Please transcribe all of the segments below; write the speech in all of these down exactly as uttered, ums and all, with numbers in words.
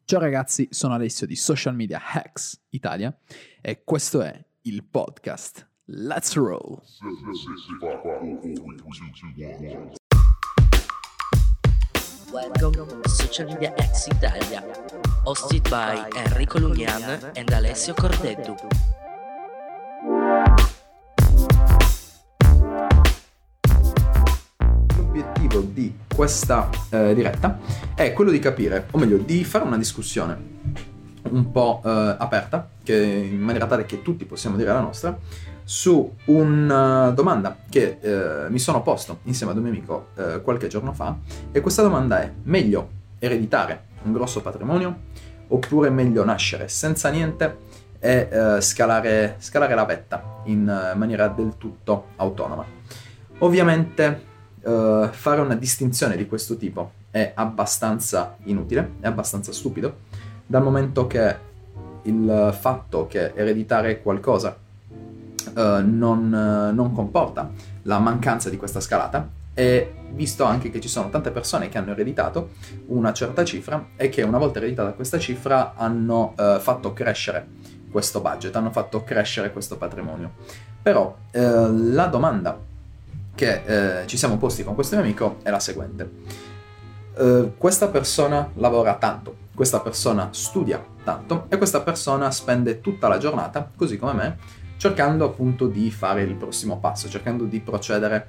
Ciao ragazzi, sono Alessio di Social Media Hacks Italia e questo è il podcast Let's Roll. Welcome to Social Media Hacks Italia, hosted by Enrico Lugnan and Alessio Cordeddu. L'obiettivo di questa eh, diretta è quello di capire, o meglio, di fare una discussione un po' eh, aperta, che, in maniera tale che tutti possiamo dire la nostra, su una domanda che eh, mi sono posto insieme ad un mio amico eh, qualche giorno fa, e questa domanda è: meglio ereditare un grosso patrimonio oppure meglio nascere senza niente e eh, scalare, scalare la vetta in uh, maniera del tutto autonoma? Ovviamente uh, fare una distinzione di questo tipo è abbastanza inutile, è abbastanza stupido, dal momento che il fatto che ereditare qualcosa uh, non, uh, non comporta la mancanza di questa scalata, e visto anche che ci sono tante persone che hanno ereditato una certa cifra e che una volta ereditata questa cifra hanno uh, fatto crescere questo budget, hanno fatto crescere questo patrimonio. Però uh, la domanda che uh, ci siamo posti con questo mio amico è la seguente: uh, questa persona lavora tanto, questa persona studia tanto e questa persona spende tutta la giornata, così come me, cercando appunto di fare il prossimo passo, cercando di procedere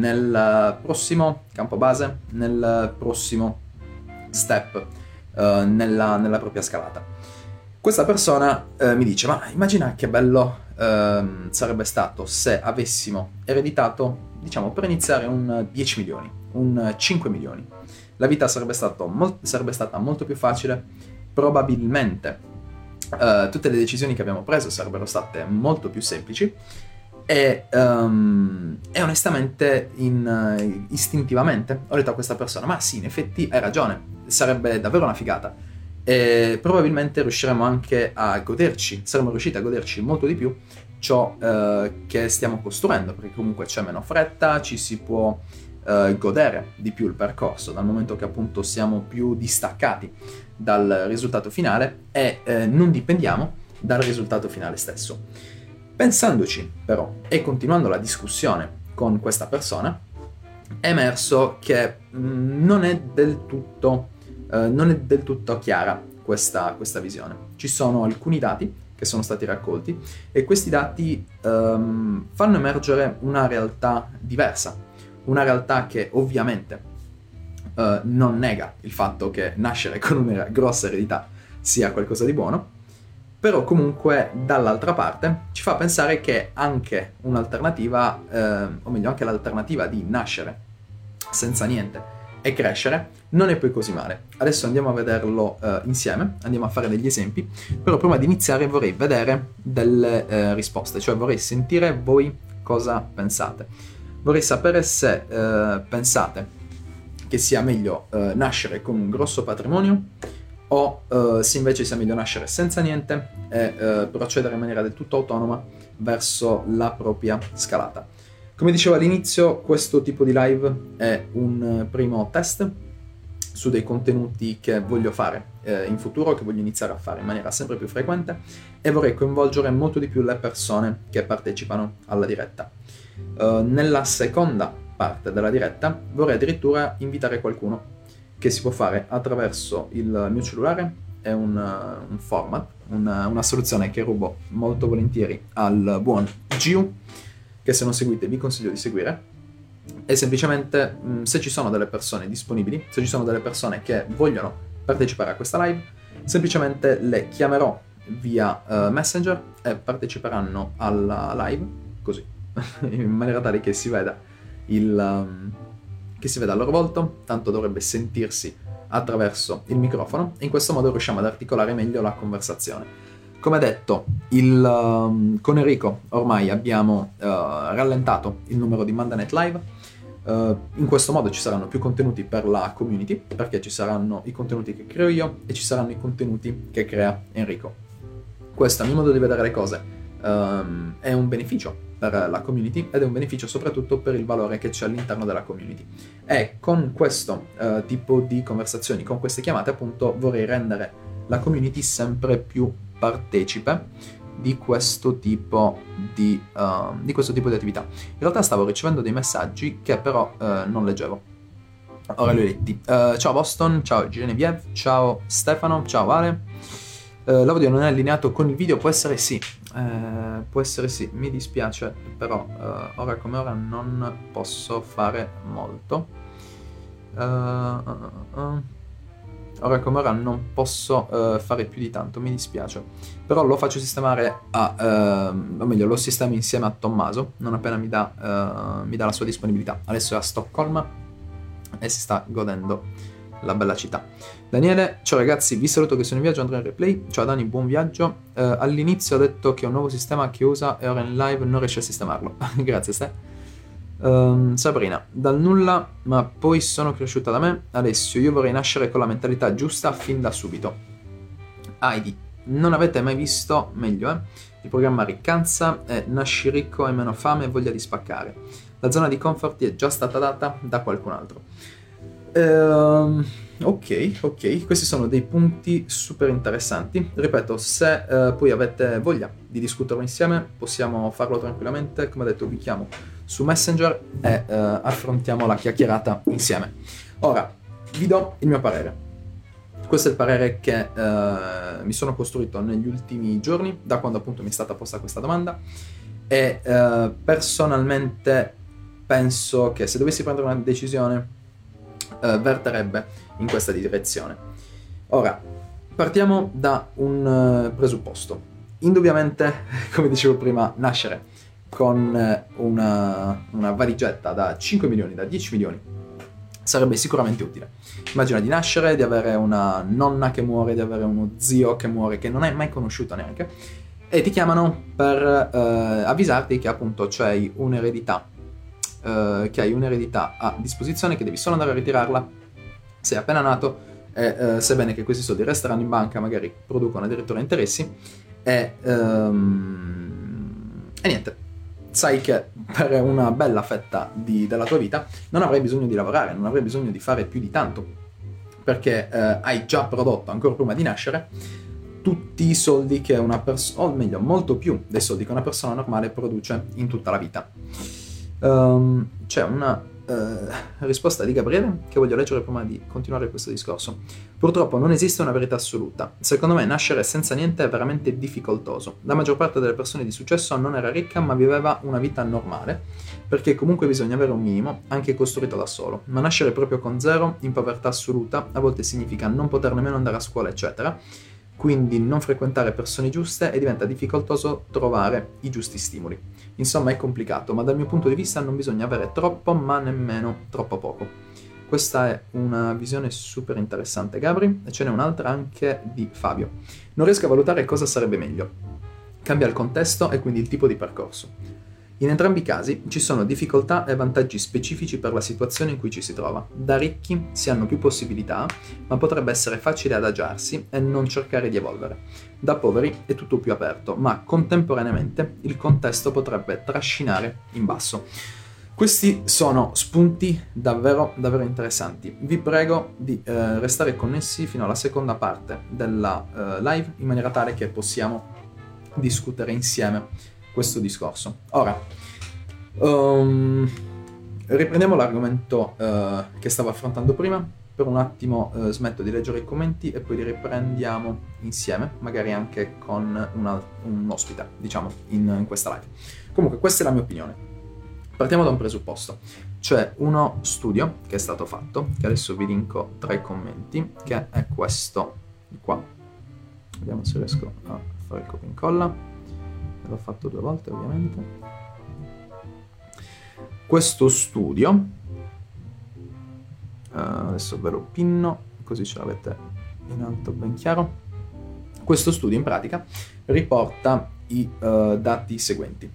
nel prossimo campo base, nel prossimo step uh, nella, nella propria scalata. Questa persona uh, mi dice: ma immagina che bello uh, sarebbe stato se avessimo ereditato, diciamo, per iniziare un dieci milioni, un cinque milioni. La vita sarebbe, stato mol- sarebbe stata molto più facile, probabilmente uh, tutte le decisioni che abbiamo preso sarebbero state molto più semplici e, um, e onestamente, in, uh, istintivamente, ho detto a questa persona: ma sì, in effetti hai ragione, sarebbe davvero una figata e probabilmente riusciremo anche a goderci, saremmo riusciti a goderci molto di più ciò uh, che stiamo costruendo, perché comunque c'è meno fretta, ci si può Uh, godere di più il percorso, dal momento che appunto siamo più distaccati dal risultato finale e eh, non dipendiamo dal risultato finale stesso. Pensandoci però e continuando la discussione con questa persona, è emerso che mh, non è del tutto uh, non è del tutto chiara questa, questa visione. Ci sono alcuni dati che sono stati raccolti e questi dati um, fanno emergere una realtà diversa. Una realtà che ovviamente uh, non nega il fatto che nascere con una grossa eredità sia qualcosa di buono, però comunque dall'altra parte ci fa pensare che anche un'alternativa, eh, o meglio anche l'alternativa di nascere senza niente e crescere non è poi così male. Adesso andiamo a vederlo uh, insieme, andiamo a fare degli esempi, però prima di iniziare vorrei vedere delle uh, risposte, cioè vorrei sentire voi cosa pensate. Vorrei sapere se eh, pensate che sia meglio eh, nascere con un grosso patrimonio o eh, se invece sia meglio nascere senza niente e eh, procedere in maniera del tutto autonoma verso la propria scalata. Come dicevo all'inizio, questo tipo di live è un primo test su dei contenuti che voglio fare eh, in futuro, che voglio iniziare a fare in maniera sempre più frequente, e vorrei coinvolgere molto di più le persone che partecipano alla diretta. Uh, nella seconda parte della diretta vorrei addirittura invitare qualcuno, che si può fare attraverso il mio cellulare. È un, uh, un format, una, una soluzione che rubo molto volentieri al buon Giu, che se non seguite vi consiglio di seguire. E semplicemente mh, se ci sono delle persone disponibili, se ci sono delle persone che vogliono partecipare a questa live, semplicemente le chiamerò via uh, Messenger e parteciperanno alla live, così in maniera tale che si veda il um, che si veda il loro volto, tanto dovrebbe sentirsi attraverso il microfono, e in questo modo riusciamo ad articolare meglio la conversazione. Come detto, il, um, con Enrico ormai abbiamo uh, rallentato il numero di Mandanet Live. Uh, in questo modo ci saranno più contenuti per la community, perché ci saranno i contenuti che creo io e ci saranno i contenuti che crea Enrico. Questo, a mio modo di vedere le cose, um, è un beneficio per la community ed è un beneficio soprattutto per il valore che c'è all'interno della community. E con questo uh, tipo di conversazioni, con queste chiamate appunto, vorrei rendere la community sempre più partecipe di questo tipo di, uh, di questo tipo di attività. In realtà stavo ricevendo dei messaggi che però uh, non leggevo. Ora li ho letti. Uh, ciao Boston, ciao Genevieve, ciao Stefano, ciao Ale. Uh, l'audio non è allineato con il video, può essere sì. Uh, può essere sì, mi dispiace, però uh, ora come ora non posso fare molto. Uh, uh, uh, uh. Ora come ora non posso uh, fare più di tanto, mi dispiace. Però lo faccio sistemare a... Uh, o meglio, lo sistemo insieme a Tommaso, non appena mi dà, uh, mi dà la sua disponibilità. Adesso è a Stoccolma e si sta godendo la bella città. Daniele, ciao ragazzi, vi saluto che sono in viaggio, andrò in replay. Ciao Dani, buon viaggio. Uh, all'inizio ho detto che è un nuovo sistema che usa e ora in live non riesce a sistemarlo. Grazie Ste. Um, Sabrina, dal nulla, ma poi sono cresciuta da me. Alessio, io vorrei nascere con la mentalità giusta fin da subito. Heidi, non avete mai visto, meglio eh, il programma Riccanza e nasci ricco e meno fame e voglia di spaccare. La zona di comfort ti è già stata data da qualcun altro. Um, ok, ok, questi sono dei punti super interessanti. Ripeto, se uh, poi avete voglia di discuterlo insieme, possiamo farlo tranquillamente. Come detto, vi chiamo su Messenger e uh, affrontiamo la chiacchierata insieme. Ora, vi do il mio parere. Questo è il parere che uh, mi sono costruito negli ultimi giorni, da quando appunto mi è stata posta questa domanda, e uh, personalmente penso che se dovessi prendere una decisione uh, verterebbe in questa direzione. Ora, partiamo da un uh, presupposto. Indubbiamente, come dicevo prima, nascere con una, una valigetta da cinque milioni, da dieci milioni, sarebbe sicuramente utile. Immagina di nascere, di avere una nonna che muore, di avere uno zio che muore, che non hai mai conosciuto neanche, e ti chiamano per eh, avvisarti che appunto c'hai un'eredità, eh, che hai un'eredità a disposizione, che devi solo andare a ritirarla, sei appena nato, e eh, sebbene che questi soldi resteranno in banca, magari producono addirittura interessi, e, ehm, e niente. Sai che per una bella fetta di, della tua vita non avrai bisogno di lavorare, non avrai bisogno di fare più di tanto, perché eh, hai già prodotto, ancora prima di nascere, tutti i soldi che una persona, o meglio, molto più dei soldi che una persona normale produce in tutta la vita. Um, c'è una uh, risposta di Gabriele che voglio leggere prima di continuare questo discorso. Purtroppo non esiste una verità assoluta. Secondo me nascere senza niente è veramente difficoltoso. La maggior parte delle persone di successo non era ricca ma viveva una vita normale, perché comunque bisogna avere un minimo, anche costruito da solo. Ma nascere proprio con zero, in povertà assoluta, a volte significa non poter nemmeno andare a scuola, eccetera. Quindi non frequentare persone giuste e diventa difficoltoso trovare i giusti stimoli. Insomma è complicato, ma dal mio punto di vista non bisogna avere troppo, ma nemmeno troppo poco. Questa è una visione super interessante, Gabri, e ce n'è un'altra anche di Fabio. Non riesco a valutare cosa sarebbe meglio. Cambia il contesto e quindi il tipo di percorso. In entrambi i casi ci sono difficoltà e vantaggi specifici per la situazione in cui ci si trova. Da ricchi si hanno più possibilità, ma potrebbe essere facile adagiarsi e non cercare di evolvere. Da poveri è tutto più aperto, ma contemporaneamente il contesto potrebbe trascinare in basso. Questi sono spunti davvero, davvero interessanti. Vi prego di eh, restare connessi fino alla seconda parte della eh, live, in maniera tale che possiamo discutere insieme questo discorso. Ora, um, riprendiamo l'argomento uh, che stavo affrontando prima. Per un attimo uh, smetto di leggere i commenti e poi li riprendiamo insieme, magari anche con una, un ospite, diciamo, in, in questa live. Comunque, questa è la mia opinione. Partiamo da un presupposto. C'è uno studio che è stato fatto, che adesso vi linko tra i commenti, che è questo qua. Vediamo se riesco a fare il copia e incolla. L'ho fatto due volte ovviamente. Questo studio, uh, adesso ve lo pinno così ce l'avete in alto ben chiaro. Questo studio in pratica riporta i uh, dati seguenti.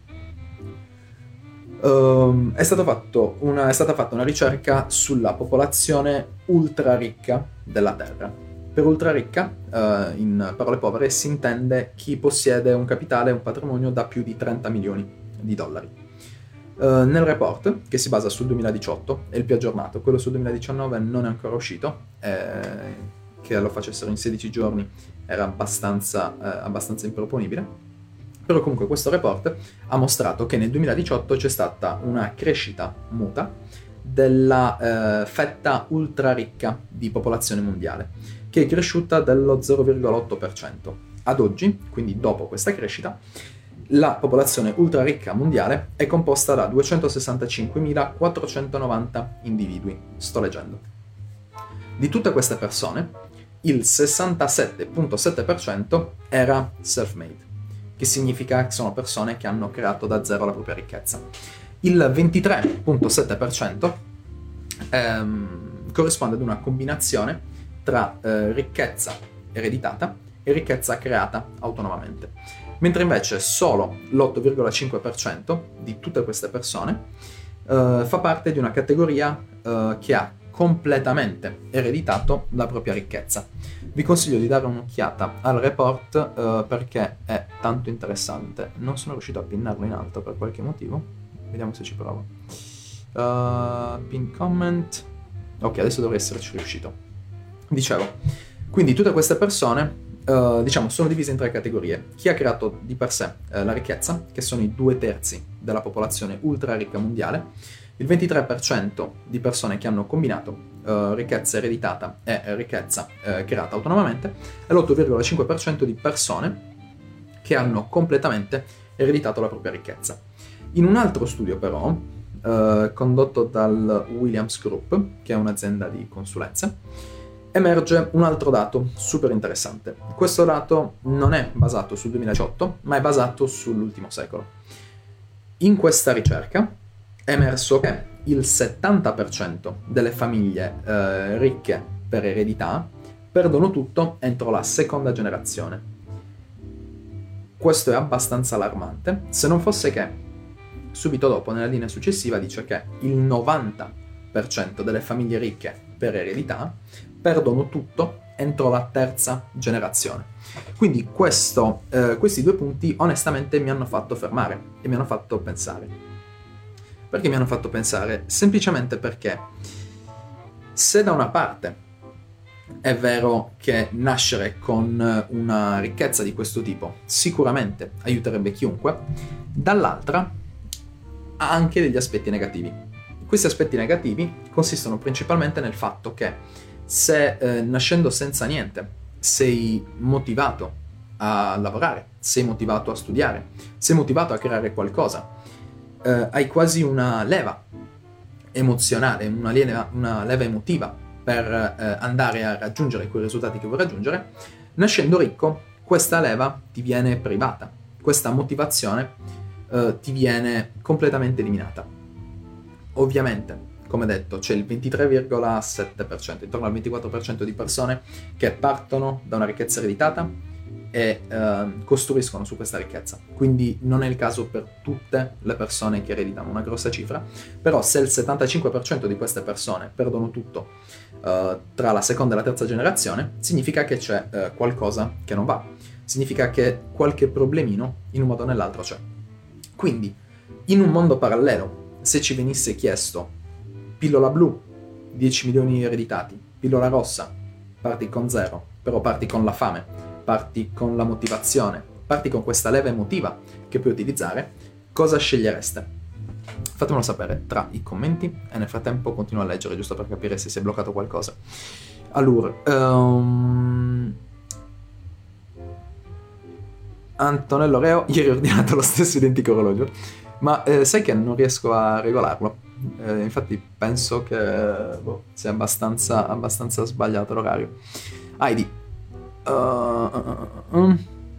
Um, è, stato fatto una, è stata fatta una ricerca sulla popolazione ultra ricca della Terra. Per ultra ricca, uh, in parole povere, si intende chi possiede un capitale, un patrimonio da più di trenta milioni di dollari. Uh, nel report, che si basa sul duemiladiciotto, è il più aggiornato, quello sul duemiladiciannove non è ancora uscito, è, che lo facessero in sedici giorni era abbastanza, eh, abbastanza improponibile, però comunque questo report ha mostrato che nel duemiladiciotto c'è stata una crescita muta della eh, fetta ultra ricca di popolazione mondiale, che è cresciuta dello zero virgola otto per cento. Ad oggi, quindi dopo questa crescita, la popolazione ultra ricca mondiale è composta da duecentosessantacinquemilaquattrocentonovanta individui. Sto leggendo. Di tutte queste persone, il sessantasette virgola sette per cento era self-made, che significa che sono persone che hanno creato da zero la propria ricchezza. Il ventitré virgola sette per cento ehm, corrisponde ad una combinazione tra eh, ricchezza ereditata e ricchezza creata autonomamente, mentre invece solo l'otto virgola cinque per cento di tutte queste persone eh, fa parte di una categoria eh, che ha completamente ereditato la propria ricchezza. Vi consiglio di dare un'occhiata al report eh, perché è tanto interessante. Non sono riuscito a pinnarlo in alto per qualche motivo, vediamo se ci provo. Uh, pin comment. Ok, adesso dovrei esserci riuscito. Dicevo, quindi tutte queste persone Uh, diciamo sono divise in tre categorie. Chi ha creato di per sé uh, la ricchezza, che sono i due terzi della popolazione ultra ricca mondiale, il ventitré per cento di persone che hanno combinato uh, ricchezza ereditata e ricchezza uh, creata autonomamente, e l'otto virgola cinque per cento di persone che hanno completamente ereditato la propria ricchezza. In un altro studio però, uh, condotto dal Williams Group, che è un'azienda di consulenze, emerge un altro dato super interessante. Questo dato non è basato sul duemiladiciotto, ma è basato sull'ultimo secolo. In questa ricerca è emerso che il settanta per cento delle famiglie eh, ricche per eredità perdono tutto entro la seconda generazione. Questo è abbastanza allarmante, se non fosse che subito dopo, nella linea successiva, dice che il novanta per cento delle famiglie ricche per eredità perdono tutto entro la terza generazione. Quindi questo, eh, questi due punti onestamente mi hanno fatto fermare e mi hanno fatto pensare. Perché mi hanno fatto pensare? Semplicemente perché se da una parte è vero che nascere con una ricchezza di questo tipo sicuramente aiuterebbe chiunque, dall'altra ha anche degli aspetti negativi. Questi aspetti negativi consistono principalmente nel fatto che se eh, nascendo senza niente sei motivato a lavorare, sei motivato a studiare, sei motivato a creare qualcosa, eh, hai quasi una leva emozionale, una leva, una leva emotiva per eh, andare a raggiungere quei risultati che vuoi raggiungere. Nascendo ricco, questa leva ti viene privata, questa motivazione eh, ti viene completamente eliminata. Ovviamente, come detto, c'è il ventitré virgola sette per cento, intorno al ventiquattro per cento di persone che partono da una ricchezza ereditata e eh, costruiscono su questa ricchezza. Quindi non è il caso per tutte le persone che ereditano una grossa cifra, però se il settantacinque per cento di queste persone perdono tutto eh, tra la seconda e la terza generazione, significa che c'è eh, qualcosa che non va. Significa che qualche problemino in un modo o nell'altro c'è. Quindi, in un mondo parallelo, se ci venisse chiesto pillola blu, dieci milioni ereditati, pillola rossa, parti con zero, però parti con la fame, parti con la motivazione, parti con questa leva emotiva che puoi utilizzare, cosa scegliereste? Fatemelo sapere tra i commenti e nel frattempo continuo a leggere giusto per capire se si è bloccato qualcosa. Allora, um... Antonello Reo, ieri ho ordinato lo stesso identico orologio, ma eh, sai che non riesco a regolarlo. Eh, infatti penso che boh, sia abbastanza, abbastanza sbagliato l'orario. Heidi, uh, uh, uh, uh.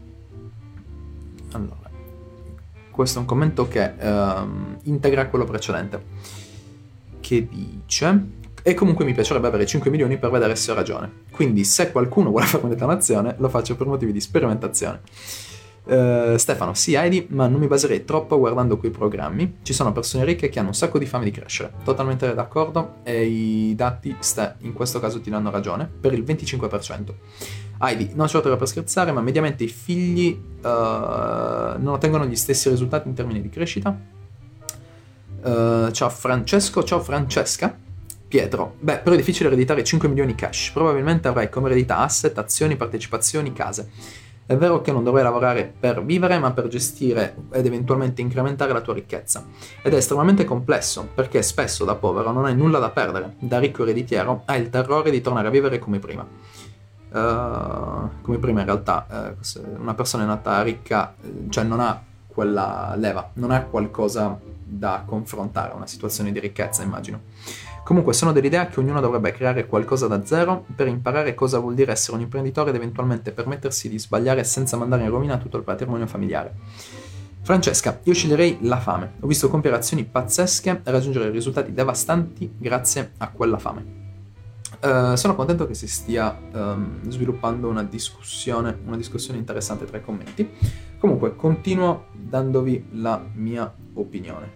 allora, questo è un commento che uh, integra quello precedente, che dice: e comunque mi piacerebbe avere cinque milioni per vedere se ho ragione, quindi se qualcuno vuole fare una donazione lo faccio per motivi di sperimentazione. Uh, Stefano, sì Heidi, ma non mi baserei troppo guardando quei programmi, ci sono persone ricche che hanno un sacco di fame di crescere, totalmente d'accordo, e i dati sta, in questo caso ti danno ragione, per il venticinque per cento. Heidi, non ce l'ho per scherzare, ma mediamente i figli uh, non ottengono gli stessi risultati in termini di crescita. Uh, ciao Francesco, ciao Francesca, Pietro, beh, però è difficile ereditare cinque milioni cash. Probabilmente avrai come eredità asset, azioni, partecipazioni, case. È vero che non dovrai lavorare per vivere, ma per gestire ed eventualmente incrementare la tua ricchezza. Ed è estremamente complesso, perché spesso da povero non hai nulla da perdere, da ricco ereditiero hai il terrore di tornare a vivere come prima. Uh, come prima in realtà, uh, una persona è nata ricca, cioè non ha quella leva, non ha qualcosa da confrontare, una situazione di ricchezza, immagino. Comunque sono dell'idea che ognuno dovrebbe creare qualcosa da zero per imparare cosa vuol dire essere un imprenditore ed eventualmente permettersi di sbagliare senza mandare in rovina tutto il patrimonio familiare. Francesca, io sceglierei la fame. Ho visto compiere azioni pazzesche e raggiungere risultati devastanti grazie a quella fame. Uh, sono contento che si stia um, sviluppando una discussione, una discussione interessante tra i commenti. Comunque continuo dandovi la mia opinione.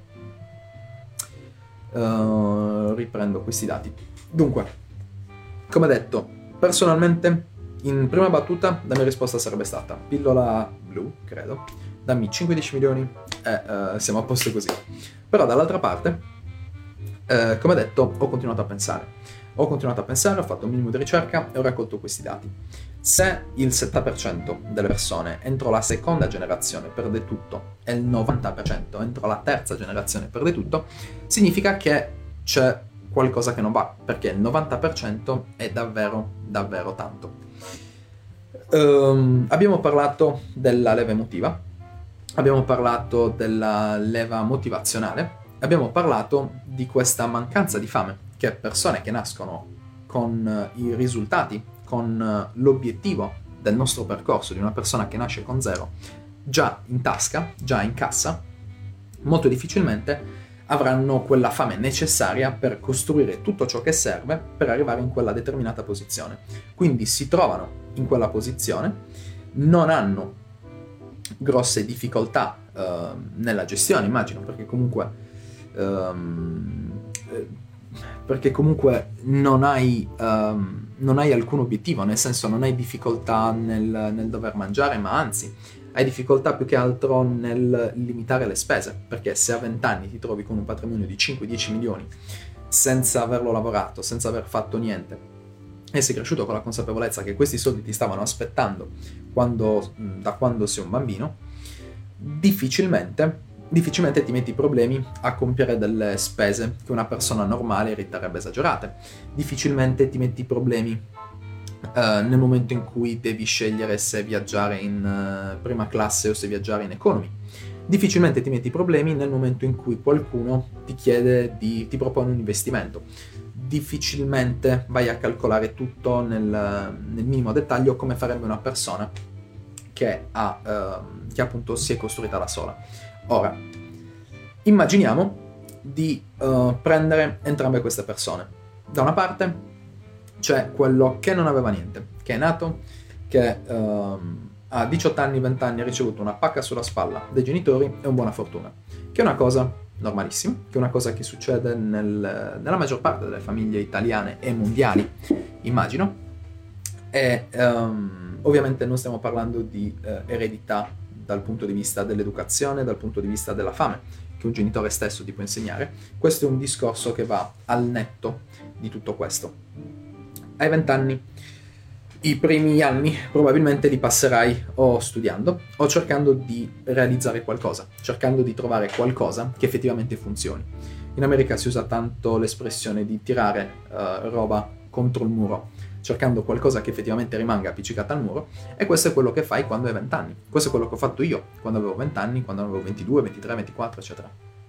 Uh, riprendo questi dati. Dunque, come detto, personalmente in prima battuta la mia risposta sarebbe stata pillola blu, credo, dammi cinque dieci milioni e uh, siamo a posto così. Però dall'altra parte, uh, come detto, ho continuato a pensare. Ho continuato a pensare, ho fatto un minimo di ricerca e ho raccolto questi dati. Se il settanta per cento delle persone entro la seconda generazione perde tutto e il novanta per cento entro la terza generazione perde tutto, significa che c'è qualcosa che non va, perché il novanta per cento è davvero, davvero tanto. Um, abbiamo parlato della leva emotiva, abbiamo parlato della leva motivazionale, abbiamo parlato di questa mancanza di fame, che persone che nascono con i risultati, con l'obiettivo del nostro percorso, di una persona che nasce con zero, già in tasca, già in cassa, molto difficilmente avranno quella fame necessaria per costruire tutto ciò che serve per arrivare in quella determinata posizione. Quindi si trovano in quella posizione, non hanno grosse difficoltà eh, nella gestione, immagino, perché comunque ehm, perché comunque non hai, um, non hai alcun obiettivo, nel senso non hai difficoltà nel, nel dover mangiare, ma anzi hai difficoltà più che altro nel limitare le spese, perché se a venti anni ti trovi con un patrimonio di cinque dieci milioni senza averlo lavorato, senza aver fatto niente, e sei cresciuto con la consapevolezza che questi soldi ti stavano aspettando quando, da quando sei un bambino, difficilmente difficilmente ti metti problemi a compiere delle spese che una persona normale riterrebbe esagerate. Difficilmente ti metti problemi uh, nel momento in cui devi scegliere se viaggiare in uh, prima classe o se viaggiare in economy. Difficilmente ti metti problemi nel momento in cui qualcuno ti chiede di, ti propone un investimento. Difficilmente vai a calcolare tutto nel, nel minimo dettaglio come farebbe una persona che, ha, uh, che appunto si è costruita da sola. Ora, immaginiamo di uh, prendere entrambe queste persone. Da una parte c'è quello che non aveva niente, che è nato, che uh, a diciotto anni, venti anni ha ricevuto una pacca sulla spalla dai genitori e una buona fortuna, che è una cosa normalissima, che è una cosa che succede nel, nella maggior parte delle famiglie italiane e mondiali, immagino, e um, ovviamente non stiamo parlando di uh, eredità dal punto di vista dell'educazione, dal punto di vista della fame, che un genitore stesso ti può insegnare. Questo è un discorso che va al netto di tutto questo. Hai venti anni, i primi anni probabilmente li passerai o studiando o cercando di realizzare qualcosa, cercando di trovare qualcosa che effettivamente funzioni. In America si usa tanto l'espressione di tirare uh, roba contro il muro, cercando qualcosa che effettivamente rimanga appiccicata al muro, e questo è quello che fai quando hai venti anni. Questo è quello che ho fatto io quando avevo venti anni, quando avevo ventidue, ventitré, ventiquattro, eccetera.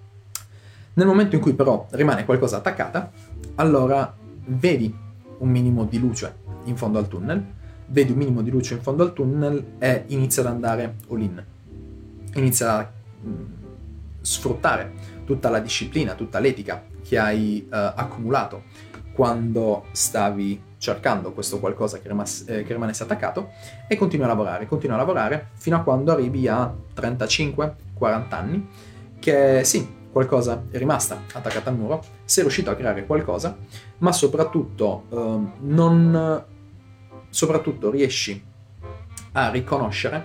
Nel momento in cui però rimane qualcosa attaccata, allora vedi un minimo di luce in fondo al tunnel, vedi un minimo di luce in fondo al tunnel e inizia ad andare all-in. Inizia a mh, sfruttare tutta la disciplina, tutta l'etica che hai uh, accumulato quando stavi cercando questo qualcosa che, rimas- eh, che rimanesse attaccato, e continui a lavorare, continui a lavorare fino a quando arrivi a trentacinque quaranta anni, che sì, qualcosa è rimasta attaccata al muro, sei riuscito a creare qualcosa, ma soprattutto eh, non soprattutto riesci a riconoscere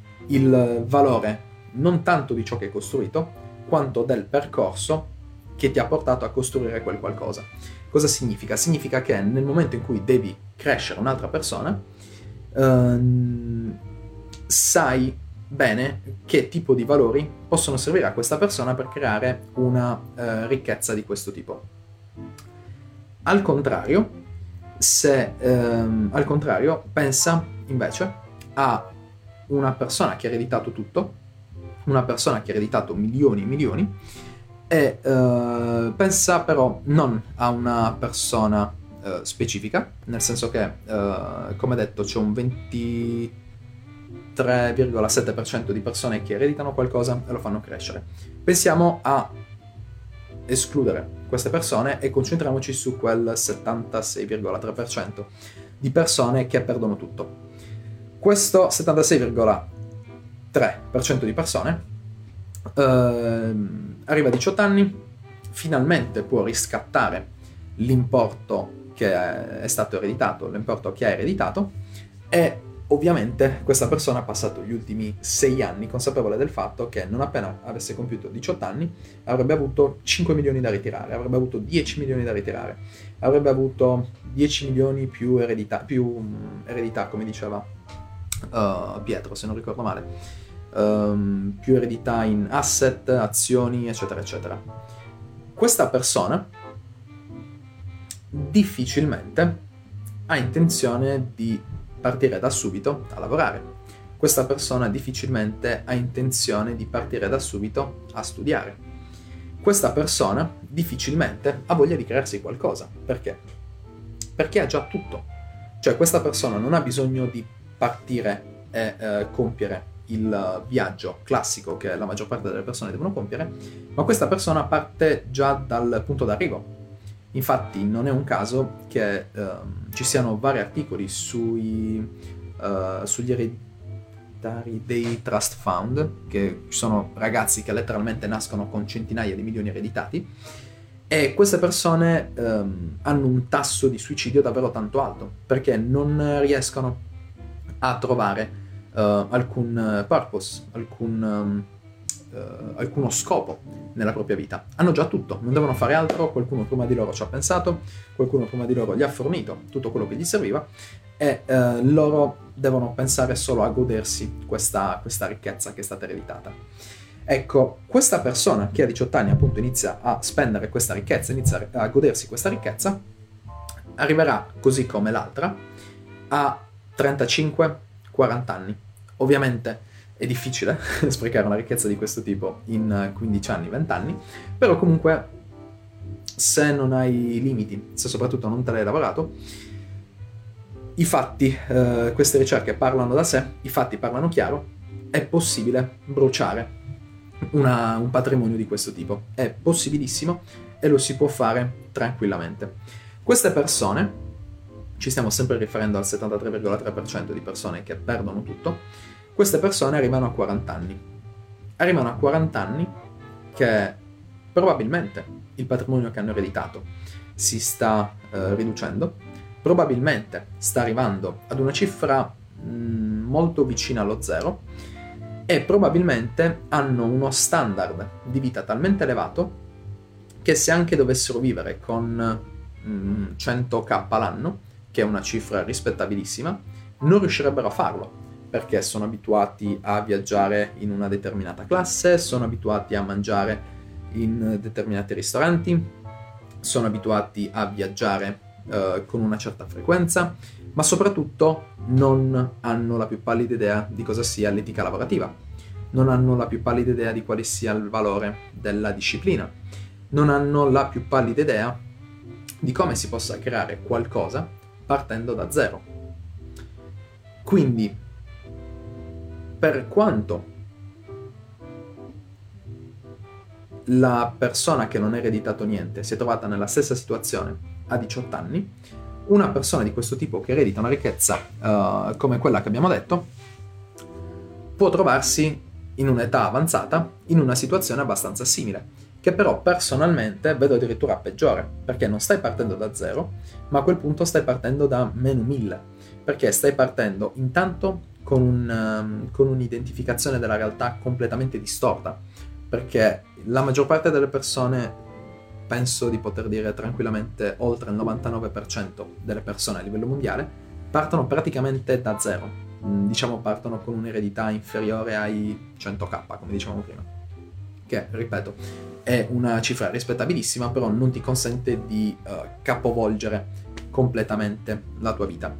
il valore non tanto di ciò che hai costruito, quanto del percorso che ti ha portato a costruire quel qualcosa. Cosa significa? Significa che nel momento in cui devi crescere un'altra persona, ehm, sai bene che tipo di valori possono servire a questa persona per creare una eh, ricchezza di questo tipo. Al contrario, se ehm, al contrario, pensa invece a una persona che ha ereditato tutto, una persona che ha ereditato milioni e milioni, e eh, pensa però non a una persona eh, specifica, nel senso che, eh, come detto, c'è un ventitré virgola sette per cento di persone che ereditano qualcosa e lo fanno crescere. Pensiamo a escludere queste persone e concentriamoci su quel settantasei virgola tre per cento di persone che perdono tutto. Questo settantasei virgola tre per cento di persone eh, arriva a diciotto anni, finalmente può riscattare l'importo che è stato ereditato, l'importo che ha ereditato, e ovviamente questa persona ha passato gli ultimi sei anni consapevole del fatto che non appena avesse compiuto diciotto anni avrebbe avuto cinque milioni da ritirare, avrebbe avuto dieci milioni da ritirare, avrebbe avuto dieci milioni più eredità, più eredità come diceva uh, Pietro, se non ricordo male, um, più eredità in asset, azioni, eccetera, eccetera. Questa persona difficilmente ha intenzione di partire da subito a lavorare. Questa persona difficilmente ha intenzione di partire da subito a studiare. Questa persona difficilmente ha voglia di crearsi qualcosa. Perché? Perché ha già tutto. Cioè questa persona non ha bisogno di partire e eh, compiere il viaggio classico che la maggior parte delle persone devono compiere, ma questa persona parte già dal punto d'arrivo. Infatti non è un caso che um, ci siano vari articoli sui, uh, sugli ereditari dei trust fund, che ci sono ragazzi che letteralmente nascono con centinaia di milioni ereditati, e queste persone um, hanno un tasso di suicidio davvero tanto alto, perché non riescono a trovare uh, alcun purpose, alcun... Um, Uh, alcuno scopo nella propria vita. Hanno già tutto, non devono fare altro, qualcuno prima di loro ci ha pensato, qualcuno prima di loro gli ha fornito tutto quello che gli serviva e uh, loro devono pensare solo a godersi questa, questa ricchezza che è stata ereditata. Ecco, questa persona che a diciotto anni appunto inizia a spendere questa ricchezza, inizia a godersi questa ricchezza, arriverà così come l'altra a trentacinque quaranta anni. Ovviamente è difficile sprecare una ricchezza di questo tipo in quindici anni, venti anni, però comunque se non hai limiti, se soprattutto non te l'hai lavorato, i fatti, eh, queste ricerche parlano da sé, i fatti parlano chiaro, è possibile bruciare una, un patrimonio di questo tipo, è possibilissimo e lo si può fare tranquillamente. Queste persone, ci stiamo sempre riferendo al settantatré virgola tre per cento di persone che perdono tutto, queste persone arrivano a quaranta anni. Arrivano a quaranta anni che probabilmente il patrimonio che hanno ereditato si sta eh, riducendo, probabilmente sta arrivando ad una cifra mh, molto vicina allo zero e probabilmente hanno uno standard di vita talmente elevato che se anche dovessero vivere con mh, cento k l'anno, che è una cifra rispettabilissima, non riuscirebbero a farlo, perché sono abituati a viaggiare in una determinata classe, sono abituati a mangiare in determinati ristoranti, sono abituati a viaggiare eh, con una certa frequenza, ma soprattutto non hanno la più pallida idea di cosa sia l'etica lavorativa, non hanno la più pallida idea di quale sia il valore della disciplina, non hanno la più pallida idea di come si possa creare qualcosa partendo da zero. Quindi, per quanto la persona che non ha ereditato niente si è trovata nella stessa situazione a diciotto anni, una persona di questo tipo che eredita una ricchezza uh, come quella che abbiamo detto può trovarsi in un'età avanzata in una situazione abbastanza simile, che però personalmente vedo addirittura peggiore, perché non stai partendo da zero, ma a quel punto stai partendo da meno mille, perché stai partendo intanto con, un, um, con un'identificazione della realtà completamente distorta, perché la maggior parte delle persone penso di poter dire tranquillamente oltre il novantanove per cento delle persone a livello mondiale partono praticamente da zero, diciamo partono con un'eredità inferiore ai cento k, come dicevamo prima, che ripeto è una cifra rispettabilissima, però non ti consente di uh, capovolgere completamente la tua vita.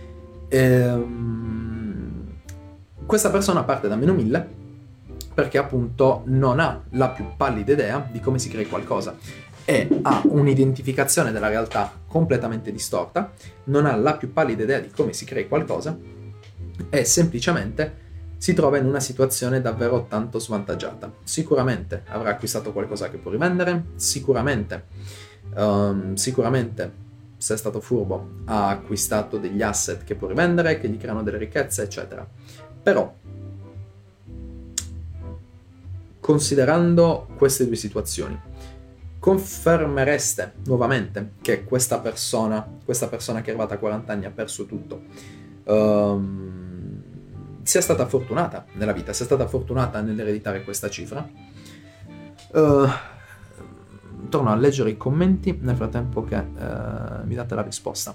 Ehm, questa persona parte da meno mille perché appunto non ha la più pallida idea di come si crei qualcosa e ha un'identificazione della realtà completamente distorta, non ha la più pallida idea di come si crei qualcosa e semplicemente si trova in una situazione davvero tanto svantaggiata. Sicuramente avrà acquistato qualcosa che può rivendere, sicuramente, um, sicuramente se è stato furbo ha acquistato degli asset che può rivendere, che gli creano delle ricchezze, eccetera. Però, considerando queste due situazioni, confermereste nuovamente che questa persona, questa persona che è arrivata a quaranta anni ha perso tutto, um, sia stata fortunata nella vita, sia stata fortunata nell'ereditare questa cifra? Uh, torno a leggere i commenti nel frattempo che uh, mi date la risposta.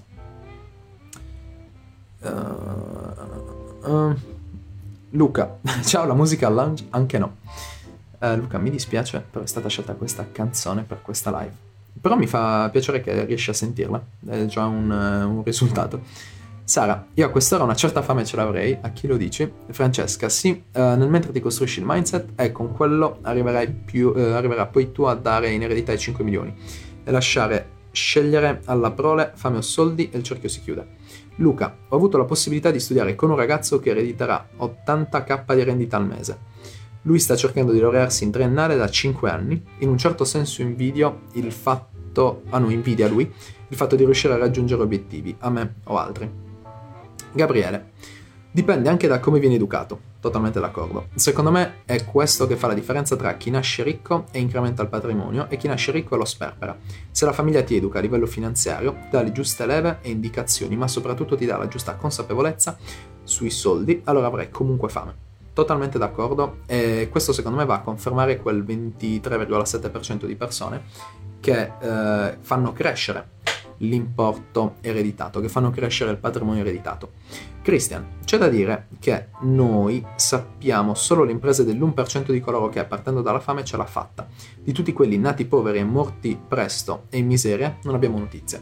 Uh, uh, Luca, ciao, la musica al lounge? Anche no. Uh, Luca, mi dispiace, però è stata scelta questa canzone per questa live. Però mi fa piacere che riesci a sentirla, è già un, uh, un risultato. Sara, io a quest'ora una certa fame ce l'avrei, a chi lo dici? Francesca, sì, uh, nel mentre ti costruisci il mindset e con quello arriverai più, uh, arriverà poi tu a dare in eredità i cinque milioni e lasciare scegliere alla prole fame o soldi e il cerchio si chiude. Luca, ho avuto la possibilità di studiare con un ragazzo che erediterà ottanta k di rendita al mese. Lui sta cercando di laurearsi in triennale da cinque anni, in un certo senso invidio il fatto, ah no, invidia lui, il fatto di riuscire a raggiungere obiettivi, a me o altri. Gabriele, dipende anche da come vieni educato, totalmente d'accordo. Secondo me è questo che fa la differenza tra chi nasce ricco e incrementa il patrimonio e chi nasce ricco e lo sperpera. Se la famiglia ti educa a livello finanziario, ti dà le giuste leve e indicazioni, ma soprattutto ti dà la giusta consapevolezza sui soldi, allora avrai comunque fame. Totalmente d'accordo, e questo secondo me va a confermare quel ventitré virgola sette per cento di persone che eh, fanno crescere l'importo ereditato, che fanno crescere il patrimonio ereditato. Christian, c'è da dire che noi sappiamo solo le imprese dell'uno per cento di coloro che partendo dalla fame ce l'ha fatta. Di tutti quelli nati poveri e morti presto e in miseria non abbiamo notizie.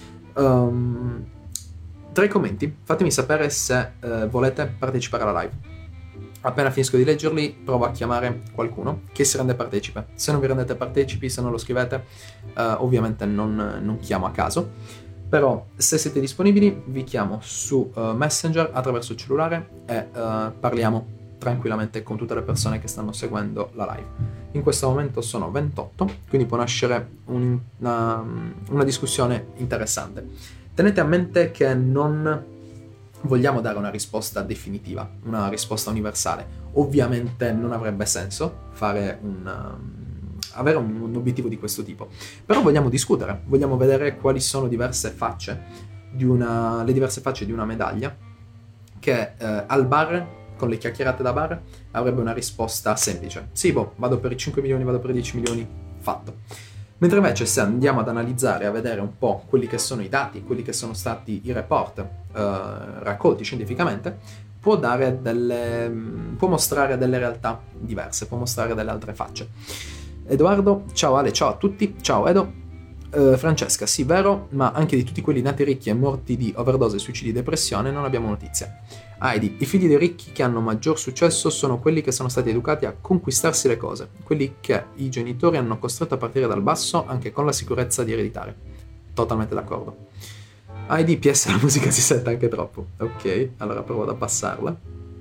Um, tra i commenti fatemi sapere se uh, volete partecipare alla live. Appena finisco di leggerli provo a chiamare qualcuno che si rende partecipe. Se non vi rendete partecipi, se non lo scrivete, uh, ovviamente non, non chiamo a caso. Però se siete disponibili vi chiamo su uh, Messenger attraverso il cellulare e uh, parliamo tranquillamente con tutte le persone che stanno seguendo la live. In questo momento sono ventotto, quindi può nascere un, una, una discussione interessante. Tenete a mente che non vogliamo dare una risposta definitiva, una risposta universale. Ovviamente non avrebbe senso fare un, um, avere un, un obiettivo di questo tipo, però vogliamo discutere, vogliamo vedere quali sono diverse facce di una, le diverse facce di una medaglia che eh, al bar, con le chiacchierate da bar, avrebbe una risposta semplice. Sì, boh, vado per i cinque milioni, vado per i dieci milioni, fatto. Mentre invece se andiamo ad analizzare, a vedere un po' quelli che sono i dati, quelli che sono stati i report eh, raccolti scientificamente, può dare delle, può mostrare delle realtà diverse, può mostrare delle altre facce. Edoardo, ciao Ale, ciao a tutti, ciao Edo. Uh, Francesca, sì, vero, ma anche di tutti quelli nati ricchi e morti di overdose, suicidi e depressione non abbiamo notizie. Heidi, i figli dei ricchi che hanno maggior successo sono quelli che sono stati educati a conquistarsi le cose, quelli che i genitori hanno costretto a partire dal basso anche con la sicurezza di ereditare. Totalmente d'accordo. Heidi, P S, la musica si sente anche troppo. Ok, allora provo ad abbassarla.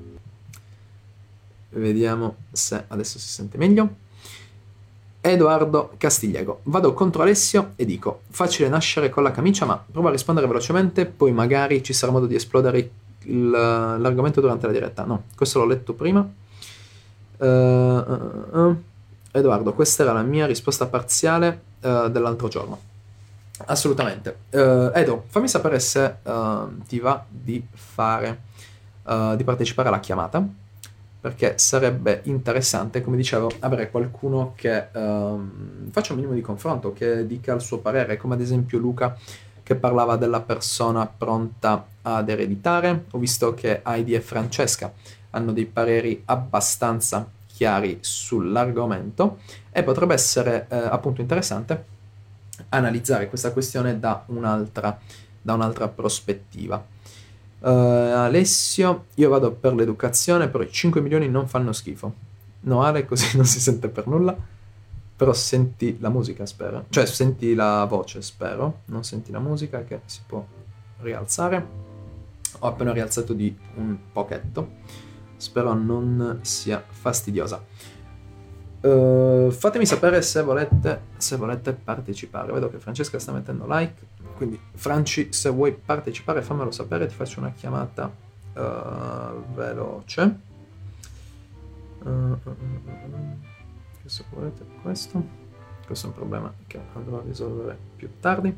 Vediamo se adesso si sente meglio. Edoardo Castigliego, vado contro Alessio e dico, facile nascere con la camicia, ma prova a rispondere velocemente, poi magari ci sarà modo di esplodere il, l'argomento durante la diretta. No, questo l'ho letto prima. Uh, uh, uh. Edoardo, questa era la mia risposta parziale uh, dell'altro giorno. Assolutamente. Uh, Edo, fammi sapere se uh, ti va di fare, uh, di partecipare alla chiamata. perché sarebbe interessante, come dicevo, avere qualcuno che um, faccia un minimo di confronto, che dica il suo parere, come ad esempio Luca che parlava della persona pronta ad ereditare. Ho visto che Heidi e Francesca hanno dei pareri abbastanza chiari sull'argomento e potrebbe essere eh, appunto interessante analizzare questa questione da un'altra, da un'altra prospettiva. Uh, Alessio, io vado per l'educazione, però i cinque milioni non fanno schifo. No, Ale, così non si sente per nulla. Però senti la musica, spero. Cioè, senti la voce, spero. Non senti la musica, che si può rialzare. Ho appena rialzato di un pochetto. Spero non sia fastidiosa. Uh, fatemi sapere se volete, se volete partecipare. Vedo che Francesca sta mettendo like. Quindi, Franci, se vuoi partecipare, fammelo sapere. Ti faccio una chiamata uh, veloce. Uh, uh, uh, uh. Se volete questo. Questo è un problema che andrò a risolvere più tardi.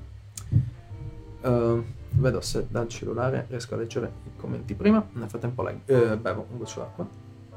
Uh, vedo se dal cellulare riesco a leggere i commenti prima. Nel frattempo leggo, uh, bevo un goccio d'acqua.